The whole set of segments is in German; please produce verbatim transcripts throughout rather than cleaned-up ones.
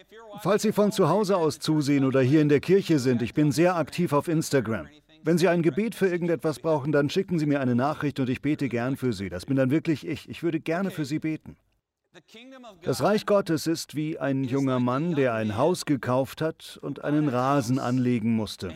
Falls Sie von zu Hause aus zusehen oder hier in der Kirche sind, ich bin sehr aktiv auf Instagram. Wenn Sie ein Gebet für irgendetwas brauchen, dann schicken Sie mir eine Nachricht und ich bete gern für Sie. Das bin dann wirklich ich. Ich würde gerne für Sie beten. Das Reich Gottes ist wie ein junger Mann, der ein Haus gekauft hat und einen Rasen anlegen musste.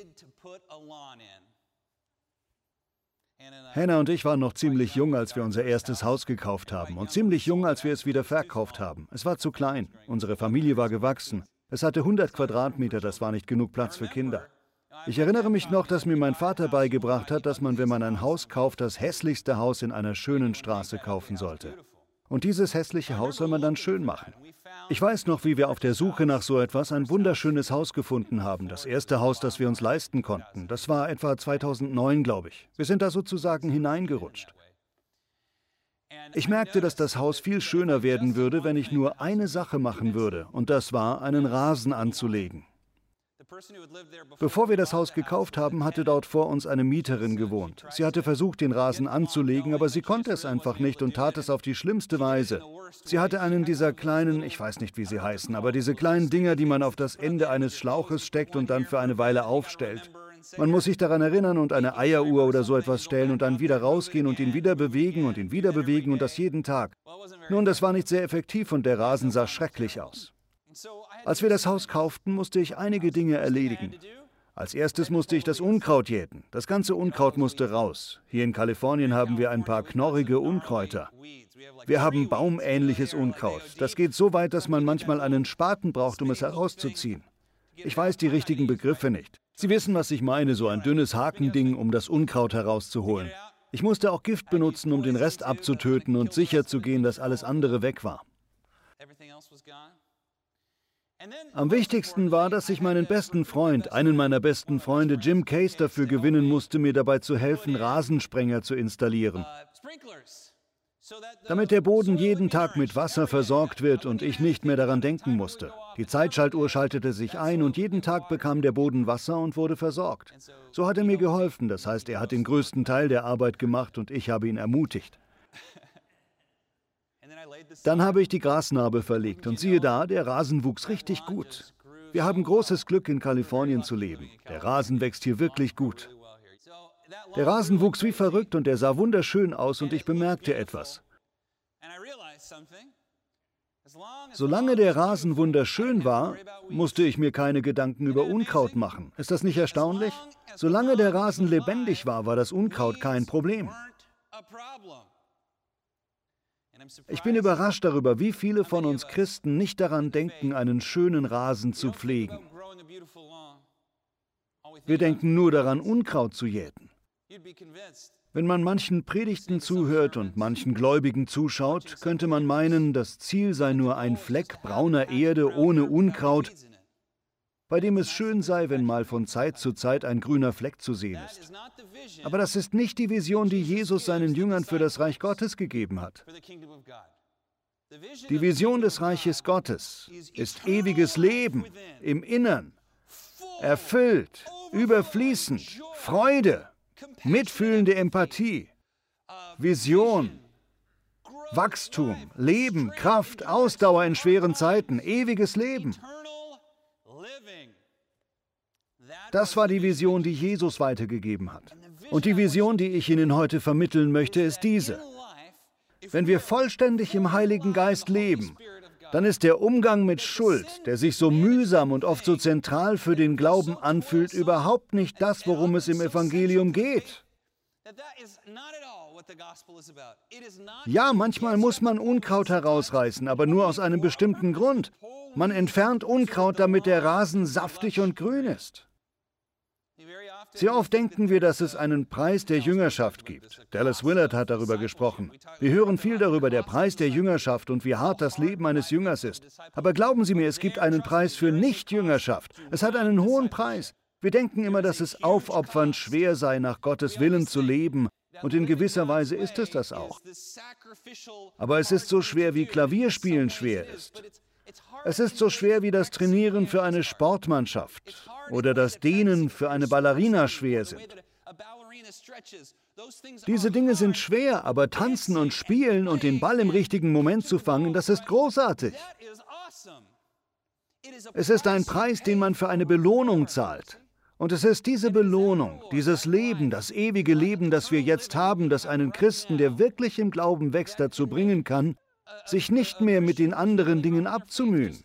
Hannah und ich waren noch ziemlich jung, als wir unser erstes Haus gekauft haben und ziemlich jung, als wir es wieder verkauft haben. Es war zu klein. Unsere Familie war gewachsen. Es hatte hundert Quadratmeter, das war nicht genug Platz für Kinder. Ich erinnere mich noch, dass mir mein Vater beigebracht hat, dass man, wenn man ein Haus kauft, das hässlichste Haus in einer schönen Straße kaufen sollte. Und dieses hässliche Haus soll man dann schön machen. Ich weiß noch, wie wir auf der Suche nach so etwas ein wunderschönes Haus gefunden haben. Das erste Haus, das wir uns leisten konnten. Das war etwa zweitausendneun, glaube ich. Wir sind da sozusagen hineingerutscht. Ich merkte, dass das Haus viel schöner werden würde, wenn ich nur eine Sache machen würde. Und das war, einen Rasen anzulegen. Bevor wir das Haus gekauft haben, hatte dort vor uns eine Mieterin gewohnt. Sie hatte versucht, den Rasen anzulegen, aber sie konnte es einfach nicht und tat es auf die schlimmste Weise. Sie hatte einen dieser kleinen, ich weiß nicht, wie sie heißen, aber diese kleinen Dinger, die man auf das Ende eines Schlauches steckt und dann für eine Weile aufstellt. Man muss sich daran erinnern und eine Eieruhr oder so etwas stellen und dann wieder rausgehen und ihn wieder bewegen und ihn wieder bewegen und das jeden Tag. Nun, das war nicht sehr effektiv und der Rasen sah schrecklich aus. Als wir das Haus kauften, musste ich einige Dinge erledigen. Als erstes musste ich das Unkraut jäten. Das ganze Unkraut musste raus. Hier in Kalifornien haben wir ein paar knorrige Unkräuter. Wir haben baumähnliches Unkraut. Das geht so weit, dass man manchmal einen Spaten braucht, um es herauszuziehen. Ich weiß die richtigen Begriffe nicht. Sie wissen, was ich meine, so ein dünnes Hakending, um das Unkraut herauszuholen. Ich musste auch Gift benutzen, um den Rest abzutöten und sicherzugehen, dass alles andere weg war. Am wichtigsten war, dass ich meinen besten Freund, einen meiner besten Freunde, Jim Case, dafür gewinnen musste, mir dabei zu helfen, Rasensprenger zu installieren. Damit der Boden jeden Tag mit Wasser versorgt wird und ich nicht mehr daran denken musste. Die Zeitschaltuhr schaltete sich ein und jeden Tag bekam der Boden Wasser und wurde versorgt. So hat er mir geholfen, das heißt, er hat den größten Teil der Arbeit gemacht und ich habe ihn ermutigt. Dann habe ich die Grasnarbe verlegt und siehe da, der Rasen wuchs richtig gut. Wir haben großes Glück, in Kalifornien zu leben. Der Rasen wächst hier wirklich gut. Der Rasen wuchs wie verrückt und er sah wunderschön aus und ich bemerkte etwas. Solange der Rasen wunderschön war, musste ich mir keine Gedanken über Unkraut machen. Ist das nicht erstaunlich? Solange der Rasen lebendig war, war das Unkraut kein Problem. Ich bin überrascht darüber, wie viele von uns Christen nicht daran denken, einen schönen Rasen zu pflegen. Wir denken nur daran, Unkraut zu jäten. Wenn man manchen Predigten zuhört und manchen Gläubigen zuschaut, könnte man meinen, das Ziel sei nur ein Fleck brauner Erde ohne Unkraut, bei dem es schön sei, wenn mal von Zeit zu Zeit ein grüner Fleck zu sehen ist. Aber das ist nicht die Vision, die Jesus seinen Jüngern für das Reich Gottes gegeben hat. Die Vision des Reiches Gottes ist ewiges Leben im Innern, erfüllt, überfließend, Freude, mitfühlende Empathie, Vision, Wachstum, Leben, Kraft, Ausdauer in schweren Zeiten, ewiges Leben. Das war die Vision, die Jesus weitergegeben hat. Und die Vision, die ich Ihnen heute vermitteln möchte, ist diese. Wenn wir vollständig im Heiligen Geist leben, dann ist der Umgang mit Schuld, der sich so mühsam und oft so zentral für den Glauben anfühlt, überhaupt nicht das, worum es im Evangelium geht. Ja, manchmal muss man Unkraut herausreißen, aber nur aus einem bestimmten Grund. Man entfernt Unkraut, damit der Rasen saftig und grün ist. Sehr oft denken wir, dass es einen Preis der Jüngerschaft gibt. Dallas Willard hat darüber gesprochen. Wir hören viel darüber, der Preis der Jüngerschaft und wie hart das Leben eines Jüngers ist. Aber glauben Sie mir, es gibt einen Preis für Nichtjüngerschaft. Es hat einen hohen Preis. Wir denken immer, dass es aufopfernd schwer sei, nach Gottes Willen zu leben. Und in gewisser Weise ist es das auch. Aber es ist so schwer, wie Klavierspielen schwer ist. Es ist so schwer wie das Trainieren für eine Sportmannschaft oder das Dehnen für eine Ballerina schwer sind. Diese Dinge sind schwer, aber tanzen und spielen und den Ball im richtigen Moment zu fangen, das ist großartig. Es ist ein Preis, den man für eine Belohnung zahlt. Und es ist diese Belohnung, dieses Leben, das ewige Leben, das wir jetzt haben, das einen Christen, der wirklich im Glauben wächst, dazu bringen kann, sich nicht mehr mit den anderen Dingen abzumühen.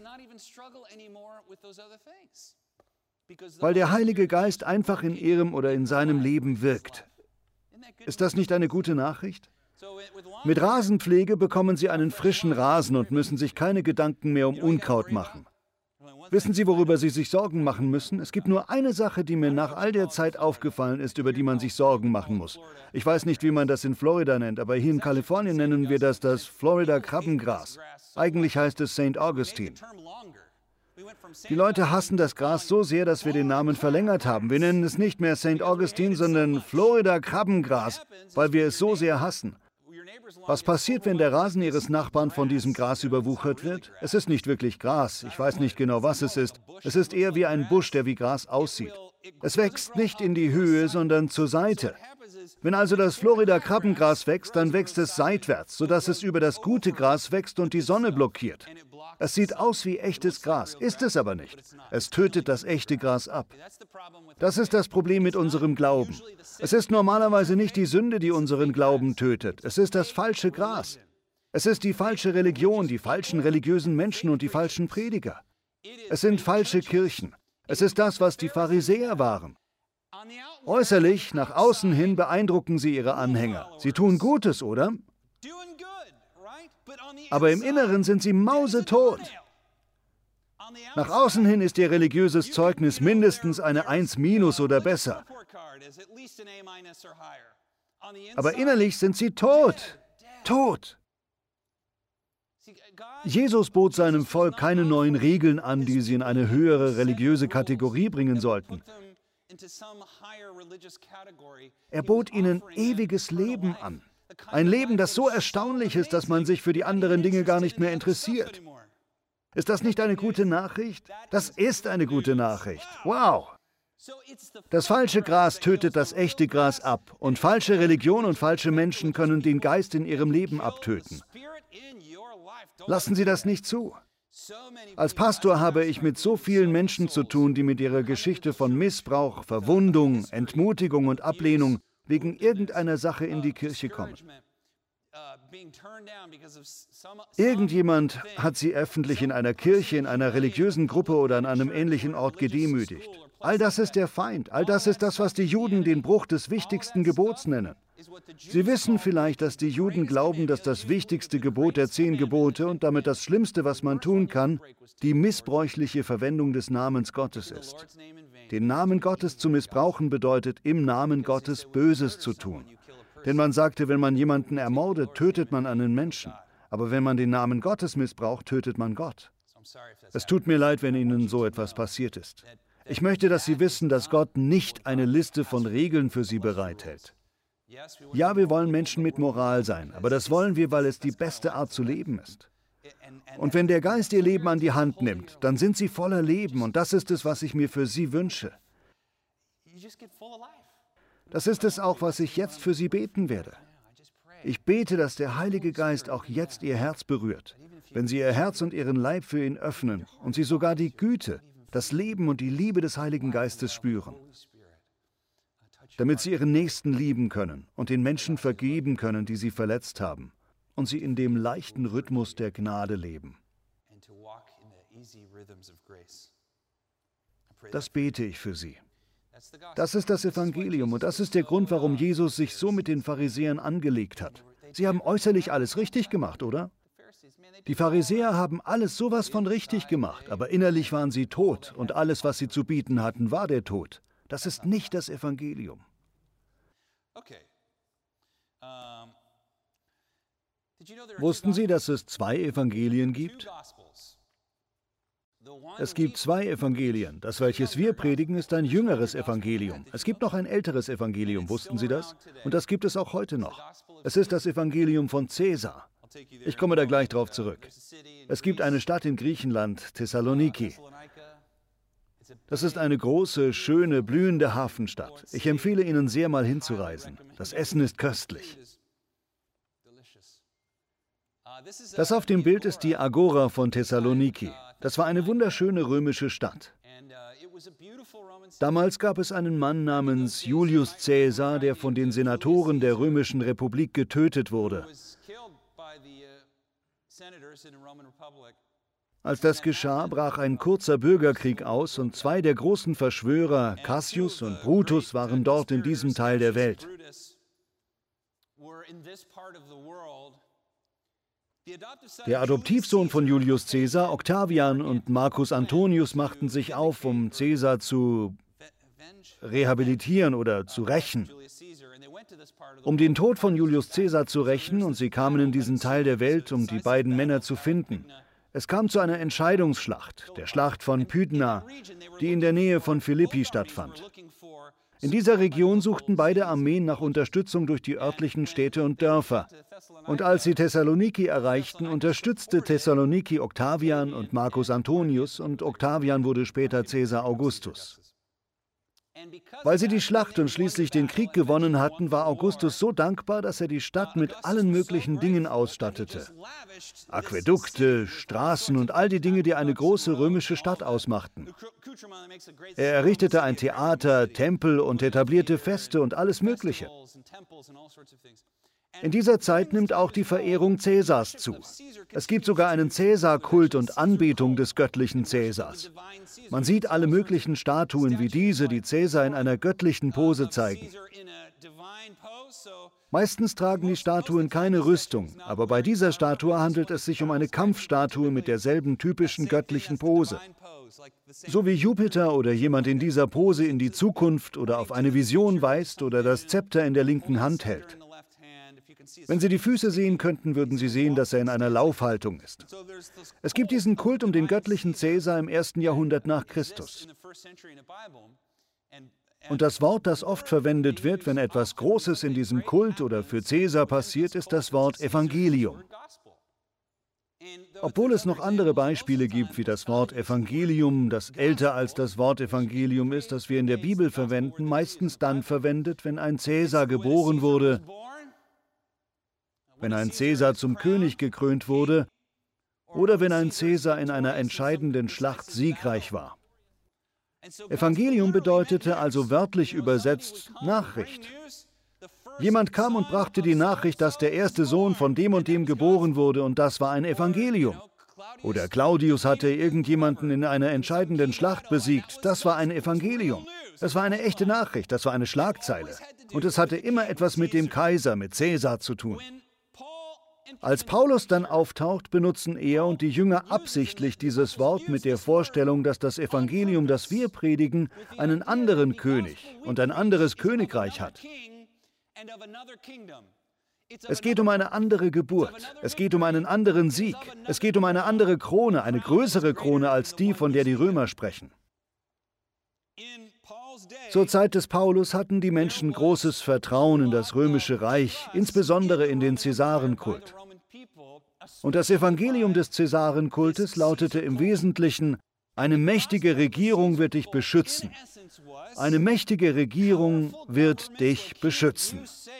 Weil der Heilige Geist einfach in ihrem oder in seinem Leben wirkt. Ist das nicht eine gute Nachricht? Mit Rasenpflege bekommen Sie einen frischen Rasen und müssen sich keine Gedanken mehr um Unkraut machen. Wissen Sie, worüber Sie sich Sorgen machen müssen? Es gibt nur eine Sache, die mir nach all der Zeit aufgefallen ist, über die man sich Sorgen machen muss. Ich weiß nicht, wie man das in Florida nennt, aber hier in Kalifornien nennen wir das das Florida-Krabbengras. Eigentlich heißt es Saint Augustine. Die Leute hassen das Gras so sehr, dass wir den Namen verlängert haben. Wir nennen es nicht mehr Saint Augustine, sondern Florida-Krabbengras, weil wir es so sehr hassen. Was passiert, wenn der Rasen Ihres Nachbarn von diesem Gras überwuchert wird? Es ist nicht wirklich Gras. Ich weiß nicht genau, was es ist. Es ist eher wie ein Busch, der wie Gras aussieht. Es wächst nicht in die Höhe, sondern zur Seite. Wenn also das Florida-Krabbengras wächst, dann wächst es seitwärts, sodass es über das gute Gras wächst und die Sonne blockiert. Es sieht aus wie echtes Gras, ist es aber nicht. Es tötet das echte Gras ab. Das ist das Problem mit unserem Glauben. Es ist normalerweise nicht die Sünde, die unseren Glauben tötet. Es ist das falsche Gras. Es ist die falsche Religion, die falschen religiösen Menschen und die falschen Prediger. Es sind falsche Kirchen. Es ist das, was die Pharisäer waren. Äußerlich, nach außen hin beeindrucken sie ihre Anhänger. Sie tun Gutes, oder? Aber im Inneren sind sie mausetot. Nach außen hin ist ihr religiöses Zeugnis mindestens eine eins minus oder besser. Aber innerlich sind sie tot. Tot. Jesus bot seinem Volk keine neuen Regeln an, die sie in eine höhere religiöse Kategorie bringen sollten. Er bot ihnen ewiges Leben an. Ein Leben, das so erstaunlich ist, dass man sich für die anderen Dinge gar nicht mehr interessiert. Ist das nicht eine gute Nachricht? Das ist eine gute Nachricht. Wow! Das falsche Gras tötet das echte Gras ab und falsche Religion und falsche Menschen können den Geist in ihrem Leben abtöten. Lassen Sie das nicht zu. Als Pastor habe ich mit so vielen Menschen zu tun, die mit ihrer Geschichte von Missbrauch, Verwundung, Entmutigung und Ablehnung wegen irgendeiner Sache in die Kirche kommen. Irgendjemand hat sie öffentlich in einer Kirche, in einer religiösen Gruppe oder an einem ähnlichen Ort gedemütigt. All das ist der Feind. All das ist das, was die Juden den Bruch des wichtigsten Gebots nennen. Sie wissen vielleicht, dass die Juden glauben, dass das wichtigste Gebot der zehn Gebote und damit das Schlimmste, was man tun kann, die missbräuchliche Verwendung des Namens Gottes ist. Den Namen Gottes zu missbrauchen bedeutet, im Namen Gottes Böses zu tun. Denn man sagte, wenn man jemanden ermordet, tötet man einen Menschen. Aber wenn man den Namen Gottes missbraucht, tötet man Gott. Es tut mir leid, wenn Ihnen so etwas passiert ist. Ich möchte, dass Sie wissen, dass Gott nicht eine Liste von Regeln für Sie bereithält. Ja, wir wollen Menschen mit Moral sein, aber das wollen wir, weil es die beste Art zu leben ist. Und wenn der Geist Ihr Leben an die Hand nimmt, dann sind Sie voller Leben und das ist es, was ich mir für Sie wünsche. Das ist es auch, was ich jetzt für Sie beten werde. Ich bete, dass der Heilige Geist auch jetzt Ihr Herz berührt, wenn Sie Ihr Herz und Ihren Leib für ihn öffnen und Sie sogar die Güte, das Leben und die Liebe des Heiligen Geistes spüren, damit Sie Ihren Nächsten lieben können und den Menschen vergeben können, die Sie verletzt haben, und Sie in dem leichten Rhythmus der Gnade leben. Das bete ich für Sie. Das ist das Evangelium und das ist der Grund, warum Jesus sich so mit den Pharisäern angelegt hat. Sie haben äußerlich alles richtig gemacht, oder? Die Pharisäer haben alles sowas von richtig gemacht, aber innerlich waren sie tot und alles, was sie zu bieten hatten, war der Tod. Das ist nicht das Evangelium. Wussten Sie, dass es zwei Evangelien gibt? Es gibt zwei Evangelien. Das, welches wir predigen, ist ein jüngeres Evangelium. Es gibt noch ein älteres Evangelium, wussten Sie das? Und das gibt es auch heute noch. Es ist das Evangelium von Caesar. Ich komme da gleich drauf zurück. Es gibt eine Stadt in Griechenland, Thessaloniki. Das ist eine große, schöne, blühende Hafenstadt. Ich empfehle Ihnen sehr, mal hinzureisen. Das Essen ist köstlich. Das auf dem Bild ist die Agora von Thessaloniki. Das war eine wunderschöne römische Stadt. Damals gab es einen Mann namens Julius Caesar, der von den Senatoren der Römischen Republik getötet wurde. Als das geschah, brach ein kurzer Bürgerkrieg aus und zwei der großen Verschwörer, Cassius und Brutus, waren dort in diesem Teil der Welt. Der Adoptivsohn von Julius Caesar, Octavian, und Marcus Antonius machten sich auf, um Caesar zu rehabilitieren oder zu rächen. Um den Tod von Julius Caesar zu rächen, und sie kamen in diesen Teil der Welt, um die beiden Männer zu finden. Es kam zu einer Entscheidungsschlacht, der Schlacht von Pydna, die in der Nähe von Philippi stattfand. In dieser Region suchten beide Armeen nach Unterstützung durch die örtlichen Städte und Dörfer. Und als sie Thessaloniki erreichten, unterstützte Thessaloniki Octavian und Marcus Antonius, und Octavian wurde später Caesar Augustus. Weil sie die Schlacht und schließlich den Krieg gewonnen hatten, war Augustus so dankbar, dass er die Stadt mit allen möglichen Dingen ausstattete. Aquädukte, Straßen und all die Dinge, die eine große römische Stadt ausmachten. Er errichtete ein Theater, Tempel und etablierte Feste und alles Mögliche. In dieser Zeit nimmt auch die Verehrung Cäsars zu. Es gibt sogar einen Cäsar-Kult und Anbetung des göttlichen Cäsars. Man sieht alle möglichen Statuen wie diese, die Cäsar in einer göttlichen Pose zeigen. Meistens tragen die Statuen keine Rüstung, aber bei dieser Statue handelt es sich um eine Kampfstatue mit derselben typischen göttlichen Pose. So wie Jupiter oder jemand in dieser Pose in die Zukunft oder auf eine Vision weist oder das Zepter in der linken Hand hält. Wenn Sie die Füße sehen könnten, würden Sie sehen, dass er in einer Laufhaltung ist. Es gibt diesen Kult um den göttlichen Cäsar im ersten Jahrhundert nach Christus. Und das Wort, das oft verwendet wird, wenn etwas Großes in diesem Kult oder für Cäsar passiert, ist das Wort Evangelium. Obwohl es noch andere Beispiele gibt, wie das Wort Evangelium, das älter als das Wort Evangelium ist, das wir in der Bibel verwenden, meistens dann verwendet, wenn ein Cäsar geboren wurde, wenn ein Cäsar zum König gekrönt wurde oder wenn ein Cäsar in einer entscheidenden Schlacht siegreich war. Evangelium bedeutete also wörtlich übersetzt Nachricht. Jemand kam und brachte die Nachricht, dass der erste Sohn von dem und dem geboren wurde, und das war ein Evangelium. Oder Claudius hatte irgendjemanden in einer entscheidenden Schlacht besiegt, das war ein Evangelium. Das war eine echte Nachricht, das war eine Schlagzeile. Und es hatte immer etwas mit dem Kaiser, mit Cäsar zu tun. Als Paulus dann auftaucht, benutzen er und die Jünger absichtlich dieses Wort mit der Vorstellung, dass das Evangelium, das wir predigen, einen anderen König und ein anderes Königreich hat. Es geht um eine andere Geburt, es geht um einen anderen Sieg, es geht um eine andere Krone, eine größere Krone als die, von der die Römer sprechen. Zur Zeit des Paulus hatten die Menschen großes Vertrauen in das römische Reich, insbesondere in den Cäsarenkult. Und das Evangelium des Cäsarenkultes lautete im Wesentlichen: Eine mächtige Regierung wird dich beschützen. Eine mächtige Regierung wird dich beschützen.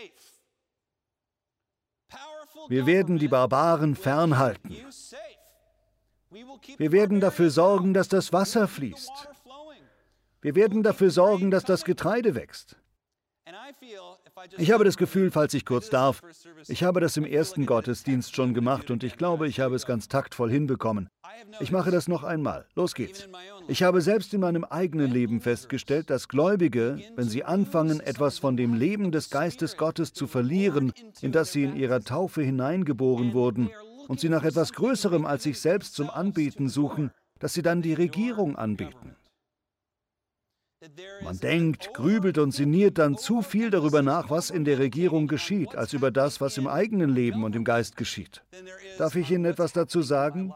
Wir werden die Barbaren fernhalten. Wir werden dafür sorgen, dass das Wasser fließt. Wir werden dafür sorgen, dass das Getreide wächst. Ich habe das Gefühl, falls ich kurz darf, ich habe das im ersten Gottesdienst schon gemacht und ich glaube, ich habe es ganz taktvoll hinbekommen. Ich mache das noch einmal. Los geht's. Ich habe selbst in meinem eigenen Leben festgestellt, dass Gläubige, wenn sie anfangen, etwas von dem Leben des Geistes Gottes zu verlieren, in das sie in ihrer Taufe hineingeboren wurden, und sie nach etwas Größerem als sich selbst zum Anbeten suchen, dass sie dann die Regierung anbeten. Man denkt, grübelt und sinniert dann zu viel darüber nach, was in der Regierung geschieht, als über das, was im eigenen Leben und im Geist geschieht. Darf ich Ihnen etwas dazu sagen?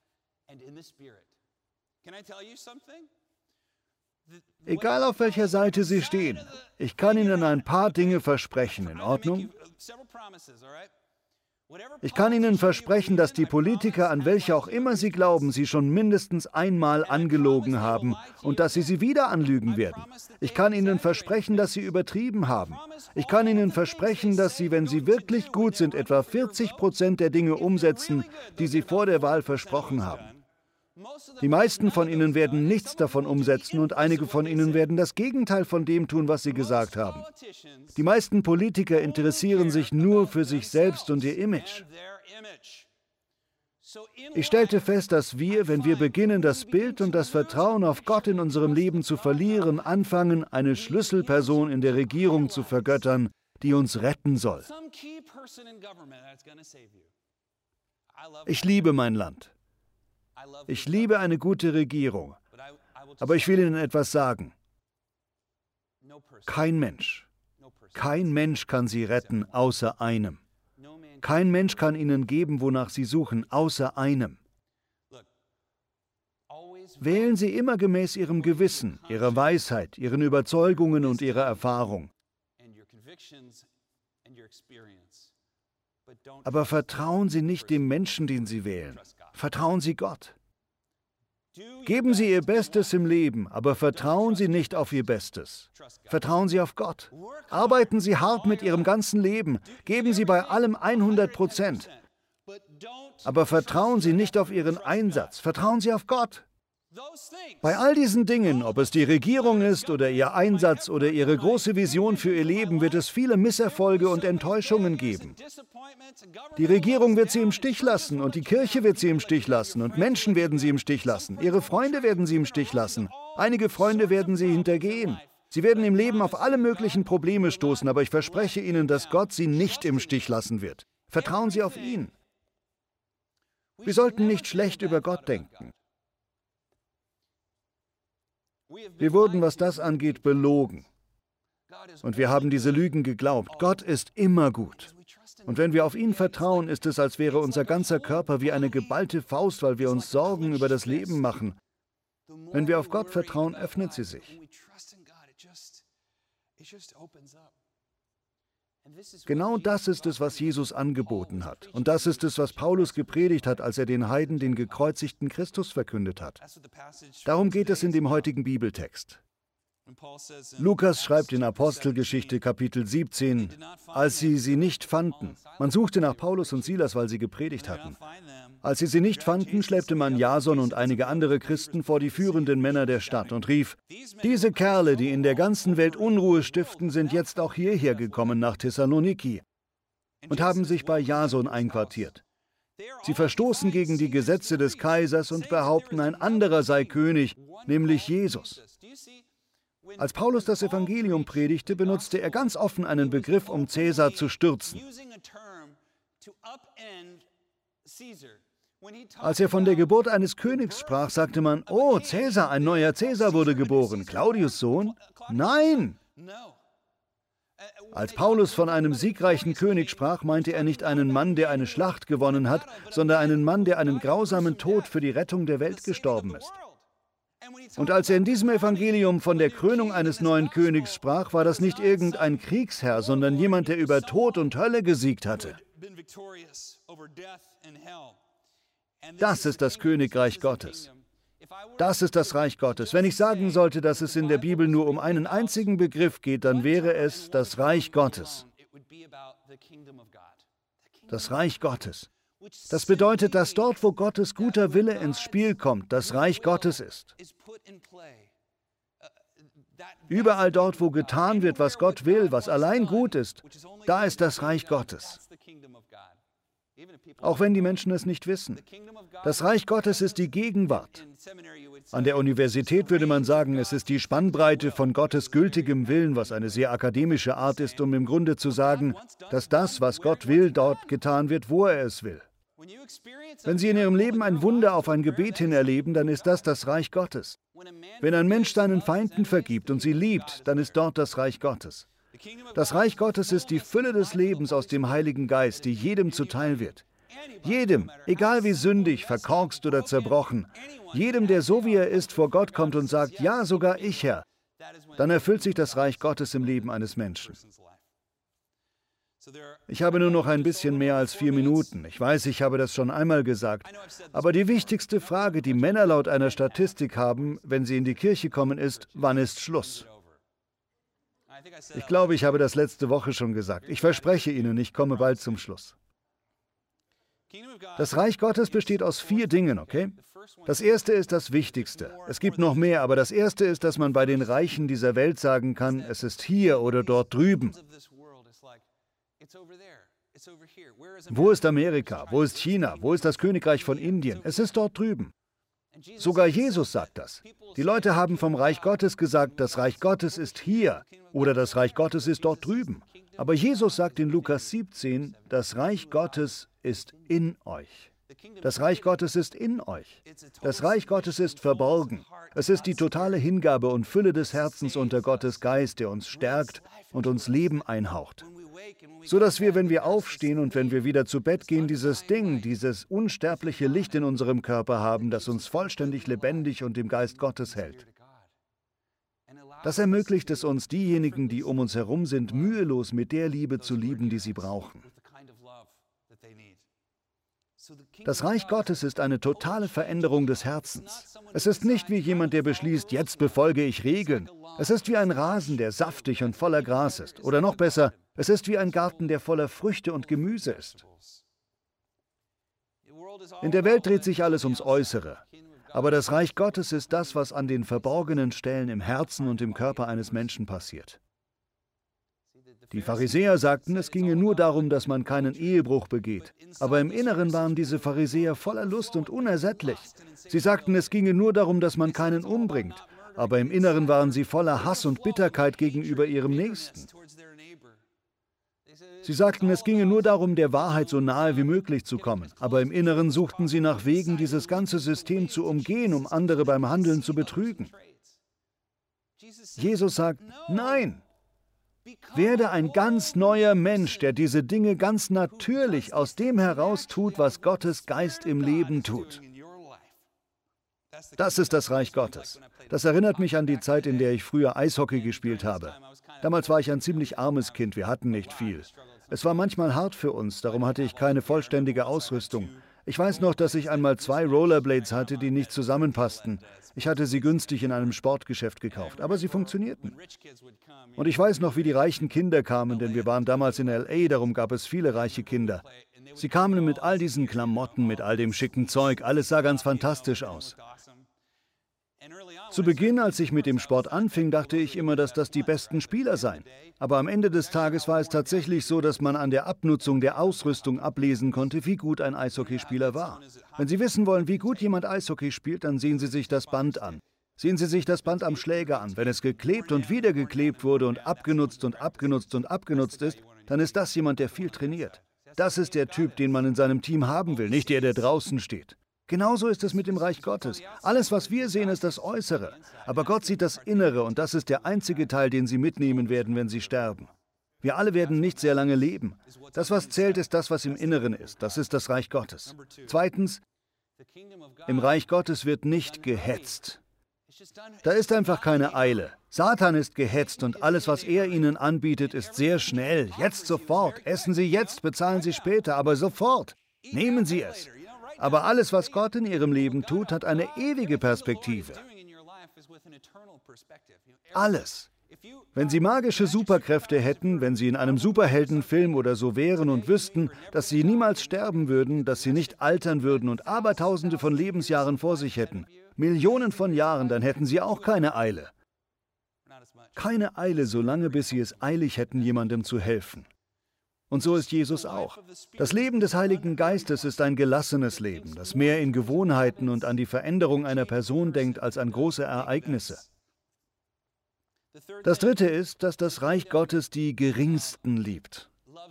Egal auf welcher Seite Sie stehen, ich kann Ihnen ein paar Dinge versprechen, in Ordnung? Ich kann Ihnen versprechen, dass die Politiker, an welche auch immer Sie glauben, Sie schon mindestens einmal angelogen haben und dass Sie sie wieder anlügen werden. Ich kann Ihnen versprechen, dass Sie übertrieben haben. Ich kann Ihnen versprechen, dass Sie, wenn Sie wirklich gut sind, etwa vierzig Prozent der Dinge umsetzen, die Sie vor der Wahl versprochen haben. Die meisten von ihnen werden nichts davon umsetzen und einige von ihnen werden das Gegenteil von dem tun, was sie gesagt haben. Die meisten Politiker interessieren sich nur für sich selbst und ihr Image. Ich stellte fest, dass wir, wenn wir beginnen, das Bild und das Vertrauen auf Gott in unserem Leben zu verlieren, anfangen, eine Schlüsselperson in der Regierung zu vergöttern, die uns retten soll. Ich liebe mein Land. Ich liebe eine gute Regierung. Aber ich will Ihnen etwas sagen. Kein Mensch, kein Mensch kann Sie retten, außer einem. Kein Mensch kann Ihnen geben, wonach Sie suchen, außer einem. Wählen Sie immer gemäß Ihrem Gewissen, Ihrer Weisheit, Ihren Überzeugungen und Ihrer Erfahrung. Aber vertrauen Sie nicht dem Menschen, den Sie wählen. Vertrauen Sie Gott. Geben Sie Ihr Bestes im Leben, aber vertrauen Sie nicht auf Ihr Bestes. Vertrauen Sie auf Gott. Arbeiten Sie hart mit Ihrem ganzen Leben. Geben Sie bei allem hundert Prozent. Aber vertrauen Sie nicht auf Ihren Einsatz. Vertrauen Sie auf Gott. Bei all diesen Dingen, ob es die Regierung ist oder Ihr Einsatz oder Ihre große Vision für Ihr Leben, wird es viele Misserfolge und Enttäuschungen geben. Die Regierung wird Sie im Stich lassen und die Kirche wird Sie im Stich lassen und Menschen werden Sie im Stich lassen. Ihre Freunde werden Sie im Stich lassen. Einige Freunde werden Sie hintergehen. Sie werden im Leben auf alle möglichen Probleme stoßen, aber ich verspreche Ihnen, dass Gott Sie nicht im Stich lassen wird. Vertrauen Sie auf ihn. Wir sollten nicht schlecht über Gott denken. Wir wurden, was das angeht, belogen. Und wir haben diese Lügen geglaubt. Gott ist immer gut. Und wenn wir auf ihn vertrauen, ist es, als wäre unser ganzer Körper wie eine geballte Faust, weil wir uns Sorgen über das Leben machen. Wenn wir auf Gott vertrauen, öffnet sie sich. Genau das ist es, was Jesus angeboten hat. Und das ist es, was Paulus gepredigt hat, als er den Heiden den gekreuzigten Christus verkündet hat. Darum geht es in dem heutigen Bibeltext. Lukas schreibt in Apostelgeschichte Kapitel siebzehn, als sie sie nicht fanden. Man suchte nach Paulus und Silas, weil sie gepredigt hatten. Als sie sie nicht fanden, schleppte man Jason und einige andere Christen vor die führenden Männer der Stadt und rief: Diese Kerle, die in der ganzen Welt Unruhe stiften, sind jetzt auch hierher gekommen nach Thessaloniki und haben sich bei Jason einquartiert. Sie verstoßen gegen die Gesetze des Kaisers und behaupten, ein anderer sei König, nämlich Jesus. Als Paulus das Evangelium predigte, benutzte er ganz offen einen Begriff, um Cäsar zu stürzen. Als er von der Geburt eines Königs sprach, sagte man: Oh, Cäsar, ein neuer Cäsar wurde geboren. Claudius' Sohn? Nein! Als Paulus von einem siegreichen König sprach, meinte er nicht einen Mann, der eine Schlacht gewonnen hat, sondern einen Mann, der einen grausamen Tod für die Rettung der Welt gestorben ist. Und als er in diesem Evangelium von der Krönung eines neuen Königs sprach, war das nicht irgendein Kriegsherr, sondern jemand, der über Tod und Hölle gesiegt hatte. Das ist das Königreich Gottes. Das ist das Reich Gottes. Wenn ich sagen sollte, dass es in der Bibel nur um einen einzigen Begriff geht, dann wäre es das Reich Gottes. Das Reich Gottes. Das bedeutet, dass dort, wo Gottes guter Wille ins Spiel kommt, das Reich Gottes ist. Überall dort, wo getan wird, was Gott will, was allein gut ist, da ist das Reich Gottes. Auch wenn die Menschen es nicht wissen. Das Reich Gottes ist die Gegenwart. An der Universität würde man sagen, es ist die Spannbreite von Gottes gültigem Willen, was eine sehr akademische Art ist, um im Grunde zu sagen, dass das, was Gott will, dort getan wird, wo er es will. Wenn Sie in Ihrem Leben ein Wunder auf ein Gebet hin erleben, dann ist das das Reich Gottes. Wenn ein Mensch seinen Feinden vergibt und sie liebt, dann ist dort das Reich Gottes. Das Reich Gottes ist die Fülle des Lebens aus dem Heiligen Geist, die jedem zuteil wird. Jedem, egal wie sündig, verkorkst oder zerbrochen, jedem, der so wie er ist vor Gott kommt und sagt: Ja, sogar ich, Herr, dann erfüllt sich das Reich Gottes im Leben eines Menschen. Ich habe nur noch ein bisschen mehr als vier Minuten. Ich weiß, ich habe das schon einmal gesagt. Aber die wichtigste Frage, die Männer laut einer Statistik haben, wenn sie in die Kirche kommen, ist: Wann ist Schluss? Ich glaube, ich habe das letzte Woche schon gesagt. Ich verspreche Ihnen, ich komme bald zum Schluss. Das Reich Gottes besteht aus vier Dingen, okay? Das erste ist das Wichtigste. Es gibt noch mehr, aber das erste ist, dass man bei den Reichen dieser Welt sagen kann, es ist hier oder dort drüben. Wo ist Amerika? Wo ist China? Wo ist das Königreich von Indien? Es ist dort drüben. Sogar Jesus sagt das. Die Leute haben vom Reich Gottes gesagt, das Reich Gottes ist hier oder das Reich Gottes ist dort drüben. Aber Jesus sagt in Lukas siebzehn, das Reich Gottes ist in euch. Das Reich Gottes ist in euch. Das Reich Gottes ist verborgen. Es ist die totale Hingabe und Fülle des Herzens unter Gottes Geist, der uns stärkt und uns Leben einhaucht. So dass wir, wenn wir aufstehen und wenn wir wieder zu Bett gehen, dieses Ding, dieses unsterbliche Licht in unserem Körper haben, das uns vollständig lebendig und im Geist Gottes hält. Das ermöglicht es uns, diejenigen, die um uns herum sind, mühelos mit der Liebe zu lieben, die sie brauchen. Das Reich Gottes ist eine totale Veränderung des Herzens. Es ist nicht wie jemand, der beschließt, jetzt befolge ich Regeln. Es ist wie ein Rasen, der saftig und voller Gras ist. Oder noch besser, es ist wie ein Garten, der voller Früchte und Gemüse ist. In der Welt dreht sich alles ums Äußere. Aber das Reich Gottes ist das, was an den verborgenen Stellen im Herzen und im Körper eines Menschen passiert. Die Pharisäer sagten, es ginge nur darum, dass man keinen Ehebruch begeht. Aber im Inneren waren diese Pharisäer voller Lust und unersättlich. Sie sagten, es ginge nur darum, dass man keinen umbringt. Aber im Inneren waren sie voller Hass und Bitterkeit gegenüber ihrem Nächsten. Sie sagten, es ginge nur darum, der Wahrheit so nahe wie möglich zu kommen. Aber im Inneren suchten sie nach Wegen, dieses ganze System zu umgehen, um andere beim Handeln zu betrügen. Jesus sagt, nein! Werde ein ganz neuer Mensch, der diese Dinge ganz natürlich aus dem heraus tut, was Gottes Geist im Leben tut. Das ist das Reich Gottes. Das erinnert mich an die Zeit, in der ich früher Eishockey gespielt habe. Damals war ich ein ziemlich armes Kind, wir hatten nicht viel. Es war manchmal hart für uns, darum hatte ich keine vollständige Ausrüstung. Ich weiß noch, dass ich einmal zwei Rollerblades hatte, die nicht zusammenpassten. Ich hatte sie günstig in einem Sportgeschäft gekauft, aber sie funktionierten. Und ich weiß noch, wie die reichen Kinder kamen, denn wir waren damals in L A, darum gab es viele reiche Kinder. Sie kamen mit all diesen Klamotten, mit all dem schicken Zeug, alles sah ganz fantastisch aus. Zu Beginn, als ich mit dem Sport anfing, dachte ich immer, dass das die besten Spieler seien. Aber am Ende des Tages war es tatsächlich so, dass man an der Abnutzung der Ausrüstung ablesen konnte, wie gut ein Eishockeyspieler war. Wenn Sie wissen wollen, wie gut jemand Eishockey spielt, dann sehen Sie sich das Band an. Sehen Sie sich das Band am Schläger an. Wenn es geklebt und wieder geklebt wurde und abgenutzt und abgenutzt und abgenutzt ist, dann ist das jemand, der viel trainiert. Das ist der Typ, den man in seinem Team haben will, nicht der, der draußen steht. Genauso ist es mit dem Reich Gottes. Alles, was wir sehen, ist das Äußere. Aber Gott sieht das Innere und das ist der einzige Teil, den Sie mitnehmen werden, wenn Sie sterben. Wir alle werden nicht sehr lange leben. Das, was zählt, ist das, was im Inneren ist. Das ist das Reich Gottes. Zweitens, im Reich Gottes wird nicht gehetzt. Da ist einfach keine Eile. Satan ist gehetzt und alles, was er ihnen anbietet, ist sehr schnell. Jetzt sofort. Essen Sie jetzt, bezahlen Sie später, aber sofort. Nehmen Sie es. Aber alles, was Gott in Ihrem Leben tut, hat eine ewige Perspektive. Alles. Wenn Sie magische Superkräfte hätten, wenn Sie in einem Superheldenfilm oder so wären und wüssten, dass Sie niemals sterben würden, dass Sie nicht altern würden und Abertausende von Lebensjahren vor sich hätten, Millionen von Jahren, dann hätten Sie auch keine Eile. Keine Eile, solange bis Sie es eilig hätten, jemandem zu helfen. Und so ist Jesus auch. Das Leben des Heiligen Geistes ist ein gelassenes Leben, das mehr in Gewohnheiten und an die Veränderung einer Person denkt als an große Ereignisse. Das Dritte ist, dass das Reich Gottes die Geringsten liebt.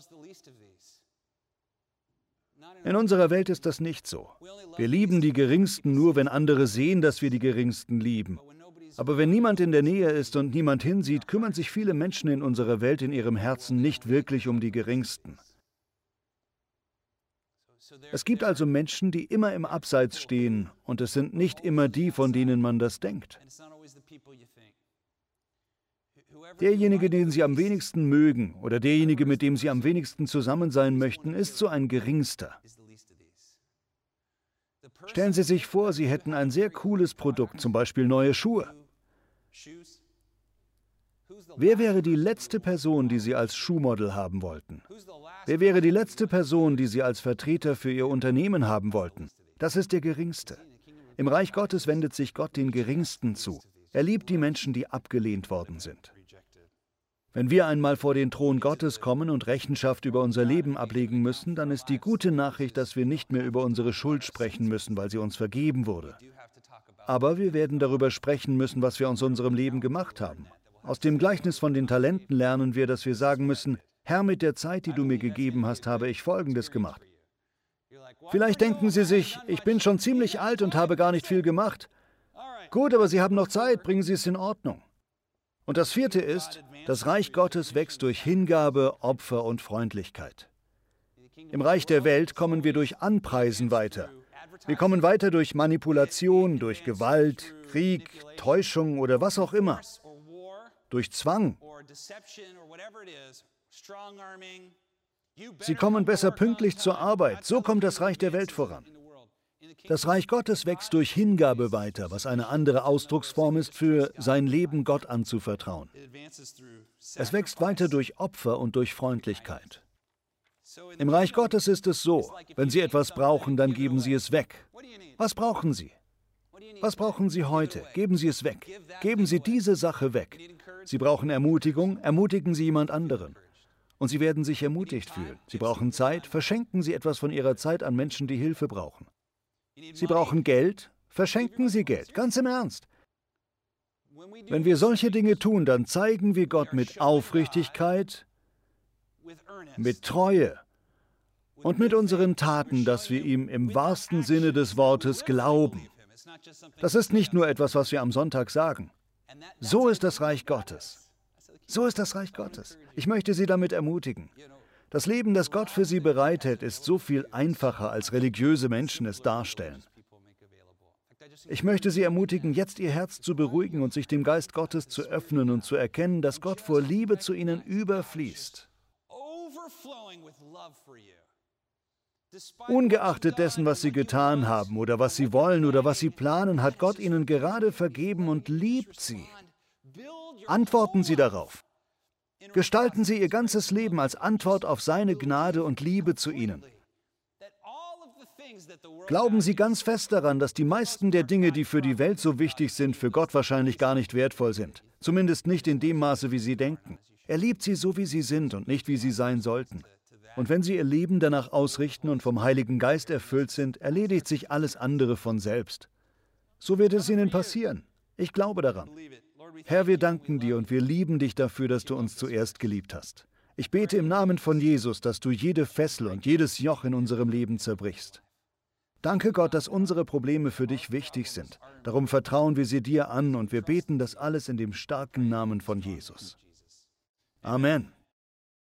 In unserer Welt ist das nicht so. Wir lieben die Geringsten nur, wenn andere sehen, dass wir die Geringsten lieben. Aber wenn niemand in der Nähe ist und niemand hinsieht, kümmern sich viele Menschen in unserer Welt in ihrem Herzen nicht wirklich um die Geringsten. Es gibt also Menschen, die immer im Abseits stehen, und es sind nicht immer die, von denen man das denkt. Derjenige, den Sie am wenigsten mögen, oder derjenige, mit dem Sie am wenigsten zusammen sein möchten, ist so ein Geringster. Stellen Sie sich vor, Sie hätten ein sehr cooles Produkt, zum Beispiel neue Schuhe. Wer wäre die letzte Person, die Sie als Schuhmodel haben wollten? Wer wäre die letzte Person, die Sie als Vertreter für Ihr Unternehmen haben wollten? Das ist der Geringste. Im Reich Gottes wendet sich Gott den Geringsten zu. Er liebt die Menschen, die abgelehnt worden sind. Wenn wir einmal vor den Thron Gottes kommen und Rechenschaft über unser Leben ablegen müssen, dann ist die gute Nachricht, dass wir nicht mehr über unsere Schuld sprechen müssen, weil sie uns vergeben wurde. Aber wir werden darüber sprechen müssen, was wir aus unserem Leben gemacht haben. Aus dem Gleichnis von den Talenten lernen wir, dass wir sagen müssen: Herr, mit der Zeit, die du mir gegeben hast, habe ich Folgendes gemacht. Vielleicht denken Sie sich, ich bin schon ziemlich alt und habe gar nicht viel gemacht. Gut, aber Sie haben noch Zeit, bringen Sie es in Ordnung. Und das vierte ist, das Reich Gottes wächst durch Hingabe, Opfer und Freundlichkeit. Im Reich der Welt kommen wir durch Anpreisen weiter. Wir kommen weiter durch Manipulation, durch Gewalt, Krieg, Täuschung oder was auch immer. Durch Zwang. Sie kommen besser pünktlich zur Arbeit. So kommt das Reich der Welt voran. Das Reich Gottes wächst durch Hingabe weiter, was eine andere Ausdrucksform ist für sein Leben Gott anzuvertrauen. Es wächst weiter durch Opfer und durch Freundlichkeit. Im Reich Gottes ist es so: Wenn Sie etwas brauchen, dann geben Sie es weg. Was brauchen Sie? Was brauchen Sie heute? Geben Sie es weg. Geben Sie diese Sache weg. Sie brauchen Ermutigung, ermutigen Sie jemand anderen. Und Sie werden sich ermutigt fühlen. Sie brauchen Zeit, verschenken Sie etwas von Ihrer Zeit an Menschen, die Hilfe brauchen. Sie brauchen Geld, verschenken Sie Geld, ganz im Ernst. Wenn wir solche Dinge tun, dann zeigen wir Gott mit Aufrichtigkeit, mit Treue und mit unseren Taten, dass wir ihm im wahrsten Sinne des Wortes glauben. Das ist nicht nur etwas, was wir am Sonntag sagen. So ist das Reich Gottes. So ist das Reich Gottes. Ich möchte Sie damit ermutigen. Das Leben, das Gott für Sie bereitet, ist so viel einfacher, als religiöse Menschen es darstellen. Ich möchte Sie ermutigen, jetzt Ihr Herz zu beruhigen und sich dem Geist Gottes zu öffnen und zu erkennen, dass Gott vor Liebe zu Ihnen überfließt. Ungeachtet dessen, was Sie getan haben oder was Sie wollen oder was Sie planen, hat Gott Ihnen gerade vergeben und liebt Sie. Antworten Sie darauf. Gestalten Sie Ihr ganzes Leben als Antwort auf seine Gnade und Liebe zu Ihnen. Glauben Sie ganz fest daran, dass die meisten der Dinge, die für die Welt so wichtig sind, für Gott wahrscheinlich gar nicht wertvoll sind. Zumindest nicht in dem Maße, wie Sie denken. Er liebt Sie so, wie Sie sind und nicht, wie Sie sein sollten. Und wenn Sie Ihr Leben danach ausrichten und vom Heiligen Geist erfüllt sind, erledigt sich alles andere von selbst. So wird es Ihnen passieren. Ich glaube daran. Herr, wir danken dir und wir lieben dich dafür, dass du uns zuerst geliebt hast. Ich bete im Namen von Jesus, dass du jede Fessel und jedes Joch in unserem Leben zerbrichst. Danke Gott, dass unsere Probleme für dich wichtig sind. Darum vertrauen wir sie dir an und wir beten das alles in dem starken Namen von Jesus. Amen.